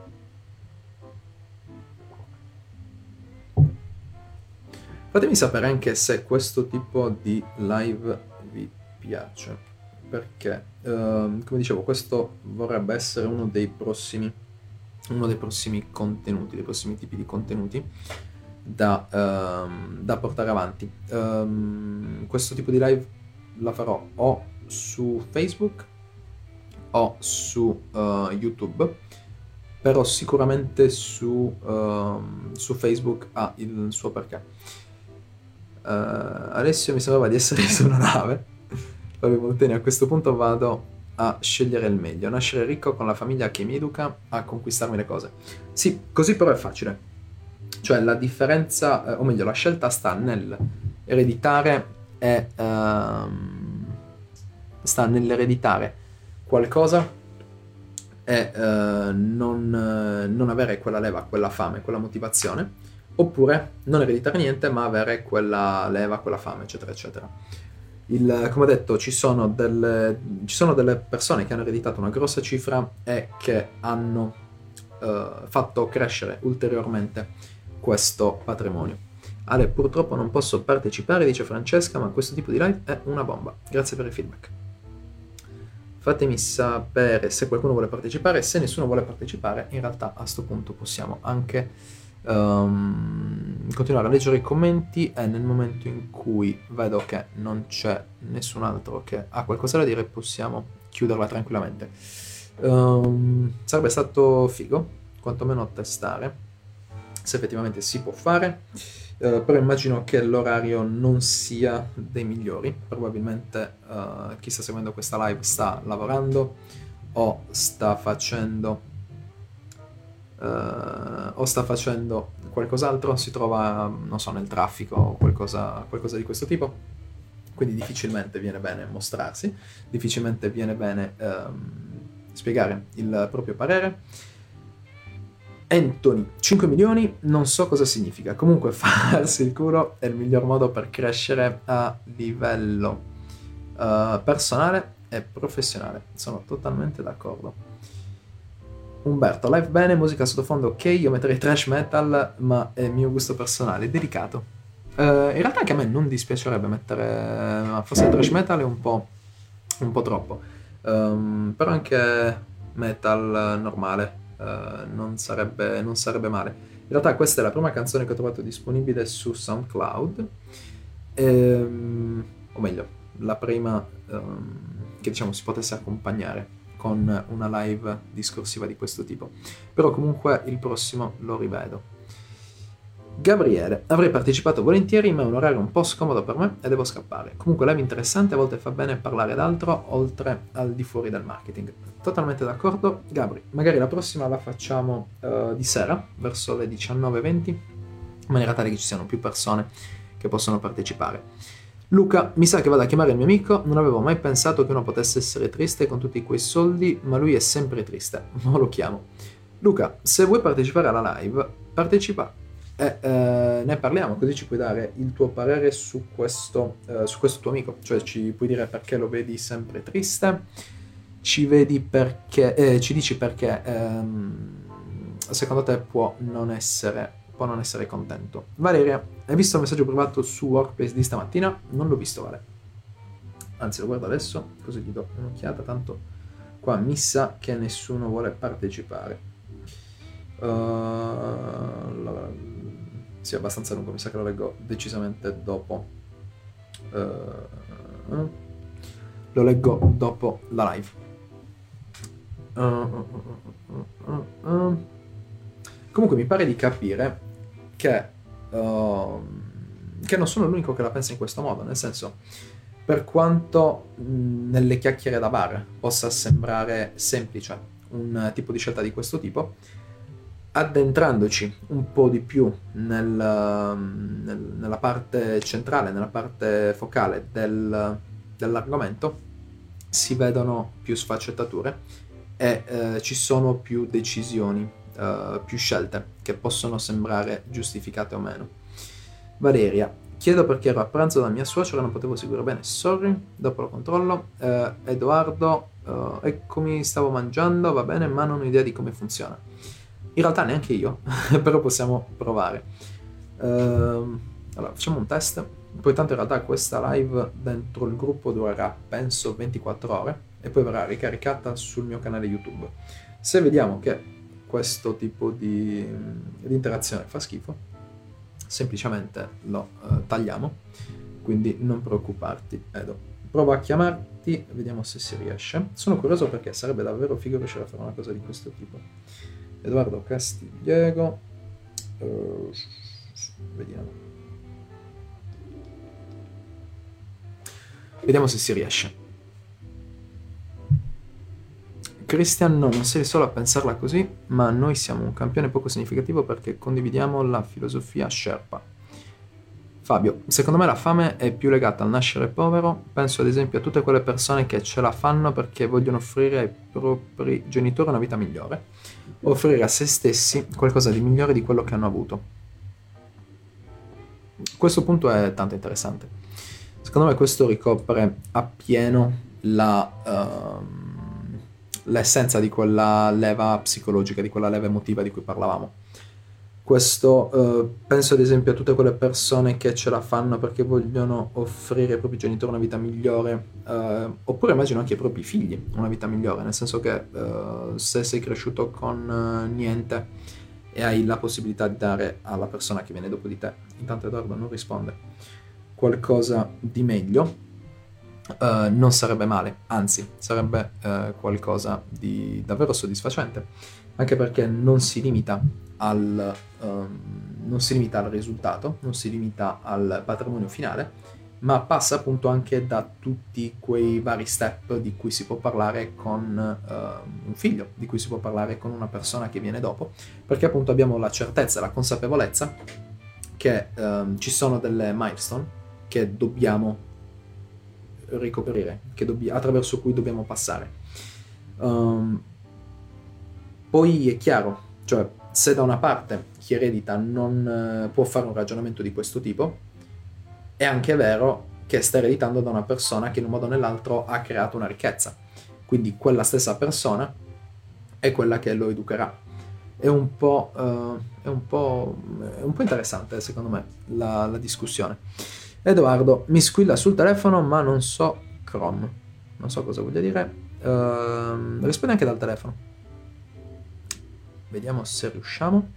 Fatemi sapere anche se questo tipo di live vi piace, perché uh, come dicevo, questo vorrebbe essere uno dei prossimi uno dei prossimi contenuti, dei prossimi tipi di contenuti da, um, da portare avanti. Um, questo tipo di live la farò o su Facebook o su uh, YouTube, però sicuramente su, uh, su Facebook ha il suo perché. Uh, Alessio mi sembrava di essere su una nave. Vabbè, Molteni, a questo punto vado a scegliere il meglio, nascere ricco con la famiglia che mi educa a conquistarmi le cose. Sì, così però è facile. Cioè la differenza, eh, o meglio la scelta sta nell'ereditare e um, sta nell'ereditare qualcosa e uh, non, uh, non avere quella leva, quella fame, quella motivazione, oppure non ereditare niente ma avere quella leva, quella fame, eccetera eccetera. Il, come ho detto, ci sono, delle, ci sono delle persone che hanno ereditato una grossa cifra e che hanno uh, fatto crescere ulteriormente questo patrimonio. Ale, purtroppo non posso partecipare, dice Francesca, ma questo tipo di live è una bomba. Grazie per il feedback. Fatemi sapere se qualcuno vuole partecipare. Se nessuno vuole partecipare, in realtà a sto punto possiamo anche Um, continuare a leggere i commenti, e nel momento in cui vedo che non c'è nessun altro che ha qualcosa da dire possiamo chiuderla tranquillamente. Um, sarebbe stato figo quantomeno testare se effettivamente si può fare, uh, però immagino che l'orario non sia dei migliori. Probabilmente uh, chi sta seguendo questa live sta lavorando o sta facendo Uh, o sta facendo qualcos'altro, si trova, non so, nel traffico o qualcosa, qualcosa di questo tipo, quindi difficilmente viene bene mostrarsi, difficilmente viene bene um, spiegare il proprio parere. Anthony, cinque milioni, non so cosa significa, comunque farsi il culo è il miglior modo per crescere a livello uh, personale e professionale, sono totalmente d'accordo. Umberto, live bene, musica sottofondo ok, io metterei thrash metal, ma è mio gusto personale, dedicato. Uh, in realtà anche a me non dispiacerebbe mettere, ma forse il thrash metal è un po', un po' troppo, um, però anche metal normale uh, non sarebbe, non sarebbe male. In realtà questa è la prima canzone che ho trovato disponibile su SoundCloud, ehm, o meglio, la prima um, che diciamo si potesse accompagnare con una live discorsiva di questo tipo, però comunque il prossimo lo rivedo. Gabriele, avrei partecipato volentieri ma è un orario un po' scomodo per me e devo scappare. Comunque live interessante, a volte fa bene parlare d'altro oltre al di fuori del marketing. Totalmente d'accordo. Gabri, magari la prossima la facciamo uh, di sera verso le diciannove e venti, in maniera tale che ci siano più persone che possono partecipare. Luca, mi sa che vado a chiamare il mio amico, non avevo mai pensato che uno potesse essere triste con tutti quei soldi, ma lui è sempre triste, ma lo chiamo. Luca, se vuoi partecipare alla live, partecipa e eh, ne parliamo, così ci puoi dare il tuo parere su questo, eh, su questo tuo amico, cioè ci puoi dire perché lo vedi sempre triste, ci vedi perché, eh, ci dici perché... Ehm, secondo te può non essere, può non essere contento. Valeria, hai visto il messaggio privato su Workplace di stamattina? Non l'ho visto, Vale. Anzi, lo guardo adesso, così gli do un'occhiata, tanto qua mi sa che nessuno vuole partecipare. Uh, allora, sì, è abbastanza lungo, mi sa che lo leggo decisamente dopo. Uh, lo leggo dopo la live. Uh, uh, uh, uh, uh, uh. Comunque mi pare di capire che, uh, che non sono l'unico che la pensa in questo modo, nel senso, per quanto mh, nelle chiacchiere da bar possa sembrare semplice un tipo di scelta di questo tipo, addentrandoci un po' di più nel, nel, nella parte centrale, nella parte focale del, dell'argomento, si vedono più sfaccettature e eh, ci sono più decisioni, eh, più scelte che possono sembrare giustificate o meno. Valeria, chiedo perché ero a pranzo da mia suocera, non potevo seguire bene, sorry, dopo lo controllo. Eh, Edoardo, eh, eccomi, stavo mangiando, va bene, ma non ho idea di come funziona. In realtà neanche io, però possiamo provare. Uh, allora, facciamo un test. Poi tanto in realtà questa live dentro il gruppo durerà, penso, ventiquattro ore e poi verrà ricaricata sul mio canale YouTube. Se vediamo che questo tipo di, di interazione fa schifo, semplicemente lo uh, tagliamo, quindi non preoccuparti, Edo. Provo a chiamarti, vediamo se si riesce. Sono curioso perché sarebbe davvero figo riuscire a fare una cosa di questo tipo. Edoardo Castigliego, uh, vediamo vediamo se si riesce. Christian, no, non sei solo a pensarla così, ma noi siamo un campione poco significativo perché condividiamo la filosofia Sherpa. Fabio, secondo me la fame è più legata al nascere povero. Penso ad esempio a tutte quelle persone che ce la fanno perché vogliono offrire ai propri genitori una vita migliore, offrire a se stessi qualcosa di migliore di quello che hanno avuto. Questo punto è tanto interessante. Secondo me questo ricopre appieno la, uh, l'essenza di quella leva psicologica, di quella leva emotiva di cui parlavamo. Questo uh, penso ad esempio a tutte quelle persone che ce la fanno perché vogliono offrire ai propri genitori una vita migliore, uh, oppure immagino anche ai propri figli una vita migliore, nel senso che uh, se sei cresciuto con uh, niente e hai la possibilità di dare alla persona che viene dopo di te, intanto Edoardo non risponde, qualcosa di meglio, uh, non sarebbe male, anzi sarebbe uh, qualcosa di davvero soddisfacente, anche perché non si limita al um, non si limita al risultato, non si limita al patrimonio finale, ma passa appunto anche da tutti quei vari step di cui si può parlare con uh, un figlio, di cui si può parlare con una persona che viene dopo, perché appunto abbiamo la certezza, la consapevolezza che um, ci sono delle milestone che dobbiamo ricoprire, che dobbi- attraverso cui dobbiamo passare. Um, poi è chiaro, cioè se da una parte chi eredita non eh, può fare un ragionamento di questo tipo, è anche vero che sta ereditando da una persona che in un modo o nell'altro ha creato una ricchezza. Quindi quella stessa persona è quella che lo educherà. È un po', uh, è un po', è un po' interessante secondo me la, la discussione. Edoardo, mi squilla sul telefono ma non so Chrome. Non so cosa voglia dire. Uh, rispondi anche dal telefono. Vediamo se riusciamo.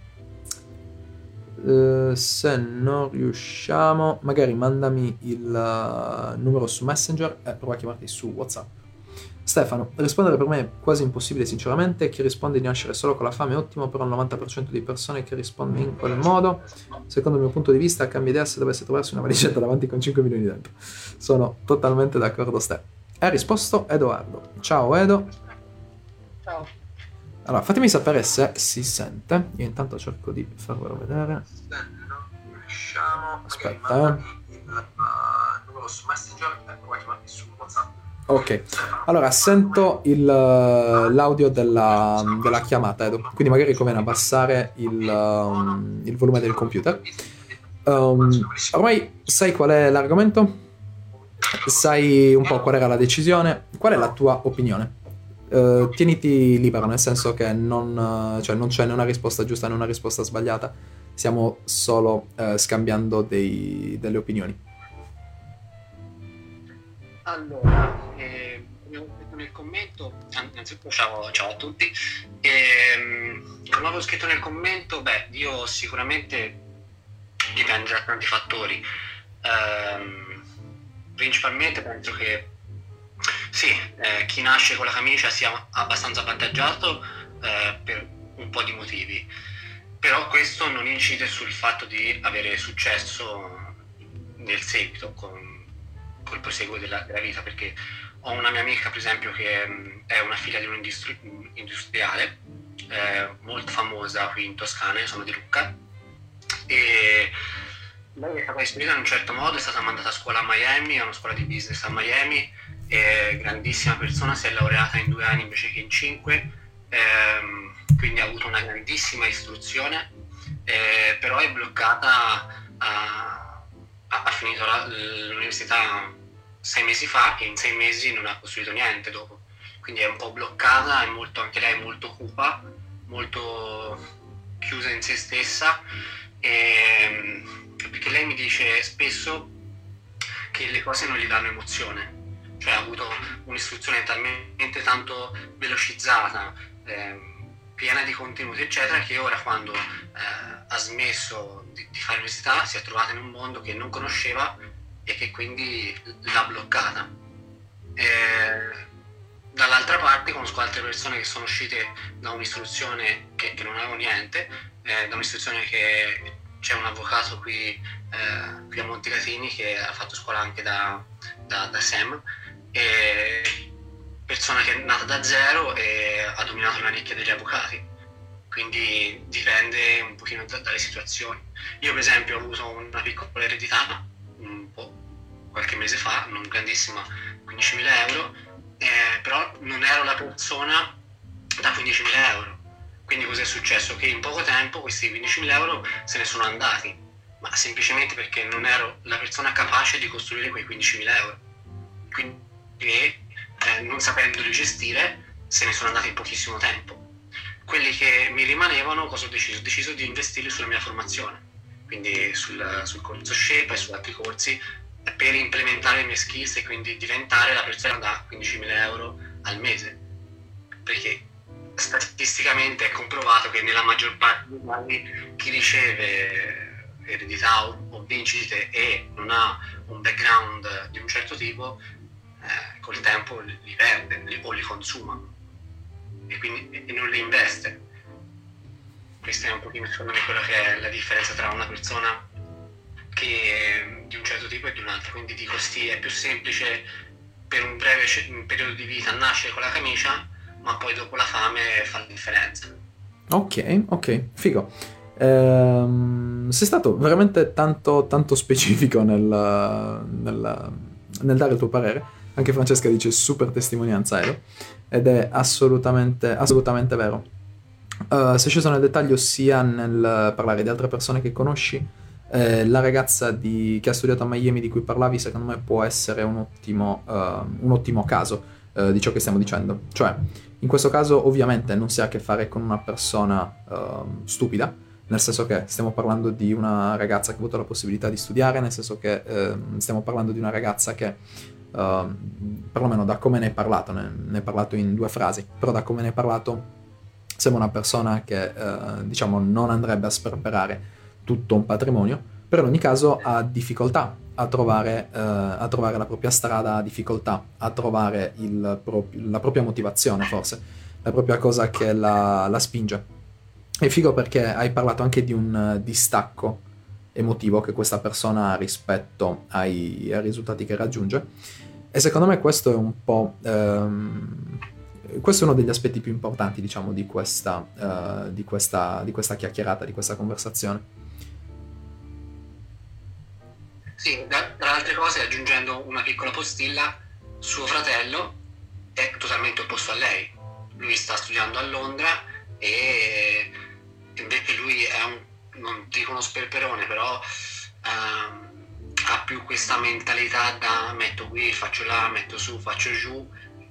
Uh, se non riusciamo, magari mandami il uh, numero su Messenger e provo a chiamarti su WhatsApp. Stefano, rispondere per me è quasi impossibile sinceramente. Chi risponde di nascere solo con la fame è ottimo, però il novanta per cento di persone che risponde in quel modo, secondo il mio punto di vista, cambia idea se dovesse trovarsi una valigetta davanti con cinque milioni dentro. Sono totalmente d'accordo, Ste. Ha risposto Edoardo. Ciao Edo. Ciao. Allora, fatemi sapere se si sente. Io intanto cerco di farvelo vedere. Se non riusciamo, aspetta, eh. il uh, numero su Messenger e poi chiamarti su WhatsApp. Ok, allora sento il, l'audio della, della chiamata, Edo. Quindi magari conviene abbassare il, um, il volume del computer. Um, ormai sai qual è l'argomento? Sai un po' qual era la decisione? Qual è la tua opinione? eh, tieniti libero, nel senso che non, eh, cioè non c'è né una risposta giusta né una risposta sbagliata, stiamo solo eh, scambiando dei- delle opinioni. Allora, eh, come ho scritto nel commento, an- innanzitutto ciao, ciao a tutti. Ehm, come avevo scritto nel commento, beh, io sicuramente dipende da tanti fattori. Ehm, principalmente penso che sì, eh, chi nasce con la camicia sia abbastanza avvantaggiato eh, per un po' di motivi, però questo non incide sul fatto di avere successo nel seguito con col proseguo della, della vita, perché ho una mia amica per esempio che mh, è una figlia di un industri- industriale eh, molto famosa qui in Toscana, io sono di Lucca, e lei è stata istruita in un certo modo, è stata mandata a scuola a Miami, a una scuola di business a Miami, è grandissima persona, si è laureata in due anni invece che in cinque, ehm, quindi ha avuto una grandissima istruzione, eh, però è bloccata a, ha finito la, l'università sei mesi fa e in sei mesi non ha costruito niente dopo, quindi è un po' bloccata, è molto, anche lei è molto cupa, molto chiusa in se stessa, e, perché lei mi dice spesso che le cose non gli danno emozione, cioè ha avuto un'istruzione talmente tanto velocizzata, ehm, piena di contenuti eccetera, che ora quando eh, ha smesso di, di fare l'università si è trovata in un mondo che non conosceva e che quindi l'ha bloccata. E, dall'altra parte conosco altre persone che sono uscite da un'istruzione che, che non avevano niente, eh, da un'istruzione che c'è un avvocato qui, eh, qui a Montecatini che ha fatto scuola anche da, da, da Sam, e persona che è nata da zero e ha dominato la nicchia degli avvocati, quindi dipende un pochino da, dalle situazioni. Io per esempio ho avuto una piccola eredità un po' qualche mese fa, non grandissima, quindicimila euro, eh, però non ero la persona da quindicimila euro, quindi cos'è successo? Che in poco tempo questi quindicimila euro se ne sono andati, ma semplicemente perché non ero la persona capace di costruire quei quindicimila euro, quindi eh, non sapendoli gestire se ne sono andati in pochissimo tempo. Quelli che mi rimanevano, cosa ho deciso? Ho deciso di investirli sulla mia formazione, quindi sul, sul corso Shape e su altri corsi, per implementare le mie skills e quindi diventare la persona da quindicimila euro al mese, perché statisticamente è comprovato che nella maggior parte dei casi chi riceve eredità o, o vincite e non ha un background di un certo tipo, eh, col tempo li perde li, o li consuma e quindi e non li investe. Questa è un pochino secondo me quella che è la differenza tra una persona che di un certo tipo e di un'altra. Quindi dico sì, è più semplice per un breve un periodo di vita nascere con la camicia, ma poi dopo la fame fa la differenza. Ok, ok, figo. Ehm, sei stato veramente tanto, tanto specifico nel, nel, nel dare il tuo parere. Anche Francesca dice super testimonianza, Edo, ed è assolutamente, assolutamente vero. Uh, sei sceso nel dettaglio sia nel parlare di altre persone che conosci, eh, la ragazza di, che ha studiato a Miami di cui parlavi, secondo me può essere un ottimo, uh, un ottimo caso uh, di ciò che stiamo dicendo. Cioè, in questo caso ovviamente non si ha a che fare con una persona uh, stupida, nel senso che stiamo parlando di una ragazza che ha avuto la possibilità di studiare, nel senso che uh, stiamo parlando di una ragazza che Uh, perlomeno da come ne hai parlato, ne, ne hai parlato in due frasi, però da come ne hai parlato sembra una persona che uh, diciamo non andrebbe a sperperare tutto un patrimonio, però in ogni caso ha difficoltà a trovare, uh, a trovare la propria strada, ha difficoltà a trovare il pro- la propria motivazione, forse la propria cosa che la, la spinge. È figo perché hai parlato anche di un uh, distacco emotivo che questa persona ha rispetto ai, ai risultati che raggiunge, e secondo me questo è un po' ehm, questo è uno degli aspetti più importanti, diciamo, di questa, uh, di questa di questa chiacchierata, di questa conversazione. Sì, da, tra le altre cose, aggiungendo una piccola postilla, suo fratello è totalmente opposto a lei. Lui sta studiando a Londra e invece lui è un, non dico uno sperperone, però um, ha più questa mentalità da metto qui, faccio là, metto su, faccio giù,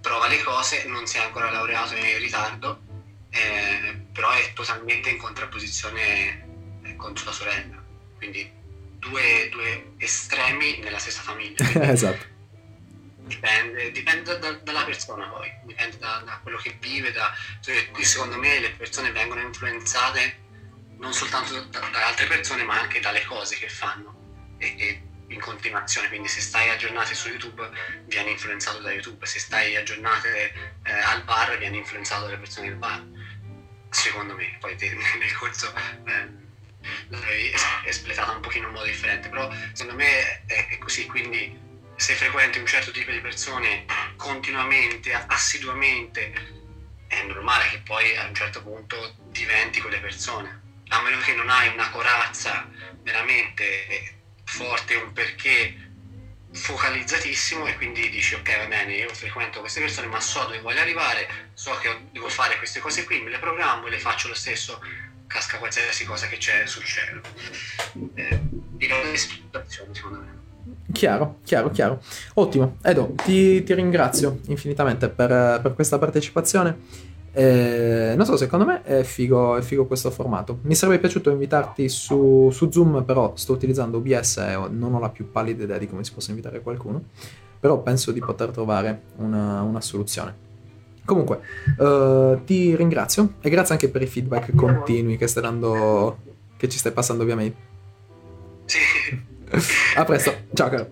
prova le cose, non si è ancora laureato, è in ritardo, eh, però è totalmente in contrapposizione eh, con sua sorella, quindi due, due estremi nella stessa famiglia. Esatto. Dipende, dipende da, dalla persona poi, dipende da, da quello che vive, da, cioè, secondo me le persone vengono influenzate non soltanto da, da altre persone ma anche dalle cose che fanno e, e in continuazione, quindi se stai aggiornati su YouTube vieni influenzato da YouTube, se stai aggiornate eh, al bar vieni influenzato dalle persone del bar, secondo me. Poi te, nel corso eh, l'avevi es- espletata un pochino in modo differente, però secondo me è, è così, quindi se frequenti un certo tipo di persone continuamente, assiduamente, è normale che poi a un certo punto diventi quelle persone, a meno che non hai una corazza veramente forte, un perché focalizzatissimo e quindi dici ok, va bene, io frequento queste persone ma so dove voglio arrivare, so che devo fare queste cose qui, me le programmo e le faccio lo stesso, casca qualsiasi cosa che c'è sul cielo. Eh, direi di situazione, secondo me. Chiaro, chiaro, chiaro. Ottimo. Edo, ti, ti ringrazio infinitamente per, per questa partecipazione. Eh, non so, secondo me è figo, è figo questo formato. Mi sarebbe piaciuto invitarti su, su Zoom, però sto utilizzando O B S e non ho la più pallida idea di come si possa invitare qualcuno. Però penso di poter trovare una, una soluzione. Comunque, eh, ti ringrazio e grazie anche per i feedback continui che stai dando, che ci stai passando via mail. Sì. A presto, ciao caro.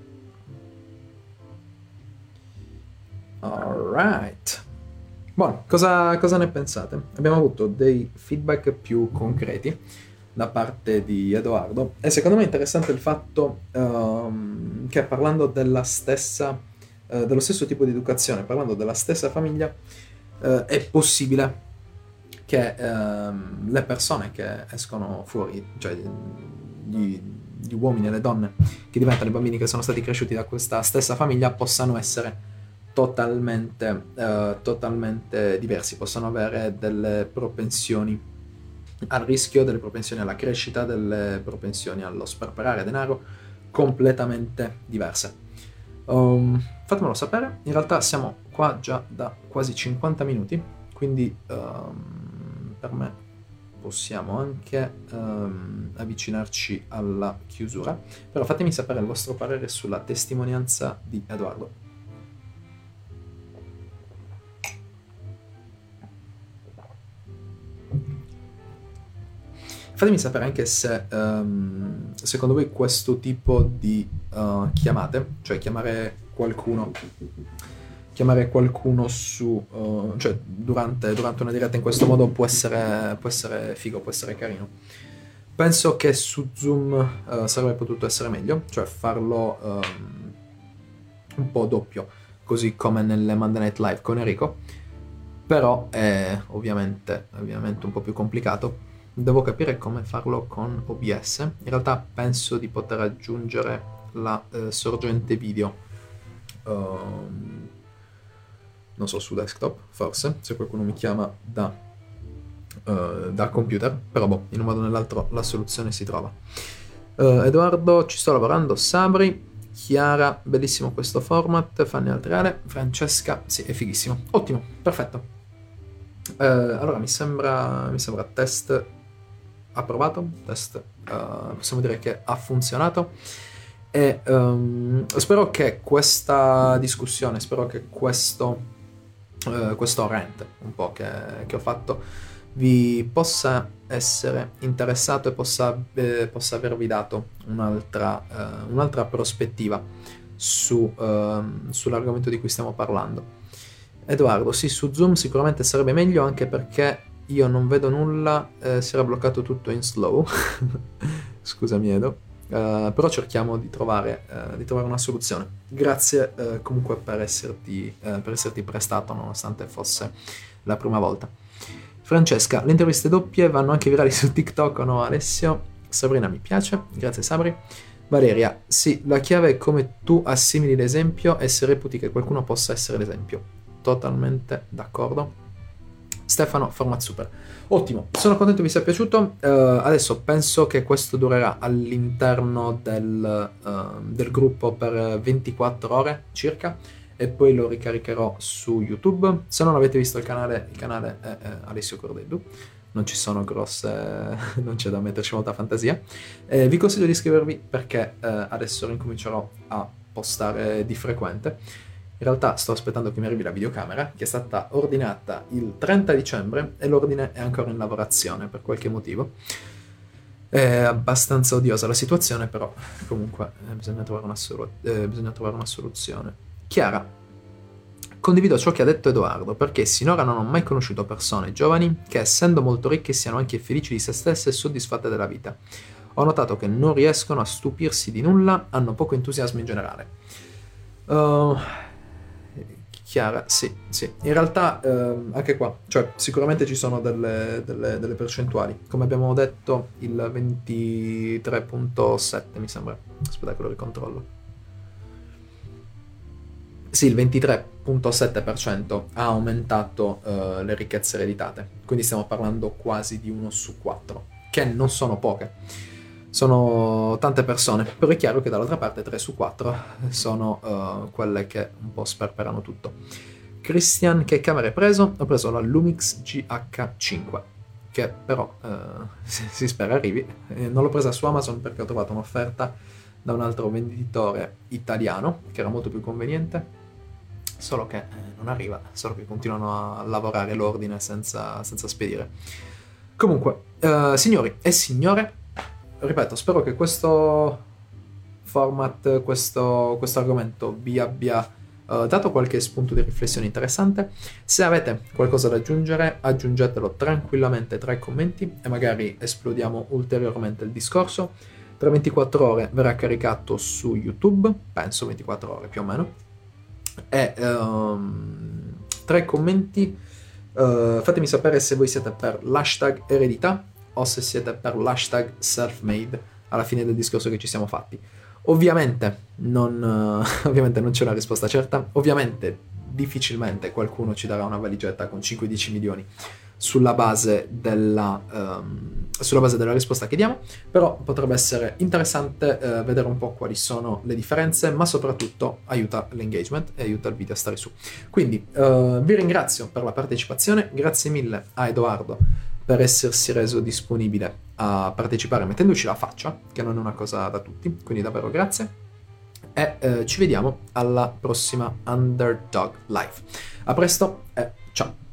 Alright. Buono, cosa, cosa ne pensate? Abbiamo avuto dei feedback più concreti da parte di Edoardo e secondo me è interessante il fatto um, che parlando della stessa, uh, dello stesso tipo di educazione, parlando della stessa famiglia, uh, è possibile che um, le persone che escono fuori, cioè gli, gli uomini e le donne che diventano i bambini che sono stati cresciuti da questa stessa famiglia, possano essere totalmente, uh, totalmente diversi, possono avere delle propensioni al rischio, delle propensioni alla crescita, delle propensioni allo sperperare denaro completamente diverse. Um, fatemelo sapere, in realtà siamo qua già da quasi cinquanta minuti, quindi um, per me possiamo anche um, avvicinarci alla chiusura, però fatemi sapere il vostro parere sulla testimonianza di Edoardo. Fatemi sapere anche se um, secondo voi questo tipo di uh, chiamate, cioè chiamare qualcuno, chiamare qualcuno su, uh, cioè durante, durante una diretta in questo modo può essere, può essere figo, può essere carino. Penso che su Zoom uh, sarebbe potuto essere meglio, cioè farlo um, un po' doppio, così come nelle Monday Night Live con Enrico, però è ovviamente, ovviamente un po' più complicato. Devo capire come farlo con O B S. In realtà penso di poter aggiungere la eh, sorgente video, um, non so, su desktop, forse, se qualcuno mi chiama da, uh, da computer, però boh, in un modo o nell'altro la soluzione si trova. Uh, Edoardo, ci sto lavorando. Sabri, Chiara, bellissimo questo format. Fanny Altreale, Francesca, sì, è fighissimo. Ottimo, perfetto. Uh, allora mi sembra, mi sembra test approvato, test uh, possiamo dire che ha funzionato e um, spero che questa discussione, spero che questo, uh, questo rant un po' che, che ho fatto vi possa essere interessato e possa, eh, possa avervi dato un'altra, uh, un'altra prospettiva su, uh, sull'argomento di cui stiamo parlando. Edoardo, sì, su Zoom sicuramente sarebbe meglio, anche perché io non vedo nulla, eh, si era bloccato tutto in slow. Scusami Edo, uh, però cerchiamo di trovare, uh, di trovare una soluzione. Grazie uh, comunque per esserti, uh, per esserti prestato, nonostante fosse la prima volta. Francesca, le interviste doppie vanno anche virali su TikTok o no, Alessio? Sabrina, mi piace, grazie Sabri. Valeria, sì, la chiave è come tu assimili l'esempio e se reputi che qualcuno possa essere l'esempio. Totalmente d'accordo. Stefano, format super. Ottimo, sono contento vi sia piaciuto. Uh, adesso penso che questo durerà all'interno del, uh, del gruppo per ventiquattro ore circa e poi lo ricaricherò su YouTube. Se non avete visto il canale, il canale è, è Alessio Cordellu, non ci sono grosse, non c'è da metterci molta fantasia. Eh, vi consiglio di iscrivervi perché eh, adesso ricomincerò a postare di frequente. In realtà sto aspettando che mi arrivi la videocamera, che è stata ordinata il trenta dicembre e l'ordine è ancora in lavorazione per qualche motivo. È abbastanza odiosa la situazione, però comunque eh, bisogna, trovare una solu- eh, bisogna trovare una soluzione. Chiara, condivido ciò che ha detto Edoardo, perché sinora non ho mai conosciuto persone giovani che, essendo molto ricche, siano anche felici di se stesse e soddisfatte della vita. Ho notato che non riescono a stupirsi di nulla, hanno poco entusiasmo in generale. Uh, Chiara, sì, sì. In realtà uh, anche qua, cioè sicuramente ci sono delle, delle, delle percentuali. Come abbiamo detto, il ventitré virgola sette mi sembra. Aspetta che lo ricontrollo. Sì, il ventitré virgola sette per cento ha aumentato uh, le ricchezze ereditate. Quindi stiamo parlando quasi di uno su quattro, che non sono poche. Sono tante persone, però è chiaro che dall'altra parte tre su quattro sono uh, quelle che un po' sperperano tutto. Christian, che camera hai preso? Ho preso la Lumix G H cinque, che però uh, si, si spera arrivi. Eh, non l'ho presa su Amazon perché ho trovato un'offerta da un altro venditore italiano, che era molto più conveniente, solo che eh, non arriva, solo che continuano a lavorare l'ordine senza, senza spedire. Comunque, uh, signori e signore, ripeto, spero che questo format, questo, questo argomento vi abbia uh, dato qualche spunto di riflessione interessante. Se avete qualcosa da aggiungere, aggiungetelo tranquillamente tra i commenti e magari esplodiamo ulteriormente il discorso. Tra ventiquattro ore verrà caricato su YouTube, penso ventiquattro ore più o meno. E um, tra i commenti uh, fatemi sapere se voi siete per l'hashtag eredità o se siete per l'hashtag self-made alla fine del discorso che ci siamo fatti. Ovviamente non, uh, ovviamente non c'è una risposta certa, ovviamente difficilmente qualcuno ci darà una valigetta con cinque dieci milioni sulla base della, um, sulla base della risposta che diamo, però potrebbe essere interessante uh, vedere un po' quali sono le differenze, ma soprattutto aiuta l'engagement e aiuta il video a stare su. Quindi uh, vi ringrazio per la partecipazione, grazie mille a Edoardo per essersi reso disponibile a partecipare mettendoci la faccia, che non è una cosa da tutti, quindi davvero grazie. E eh, ci vediamo alla prossima Underdog Live. A presto e ciao!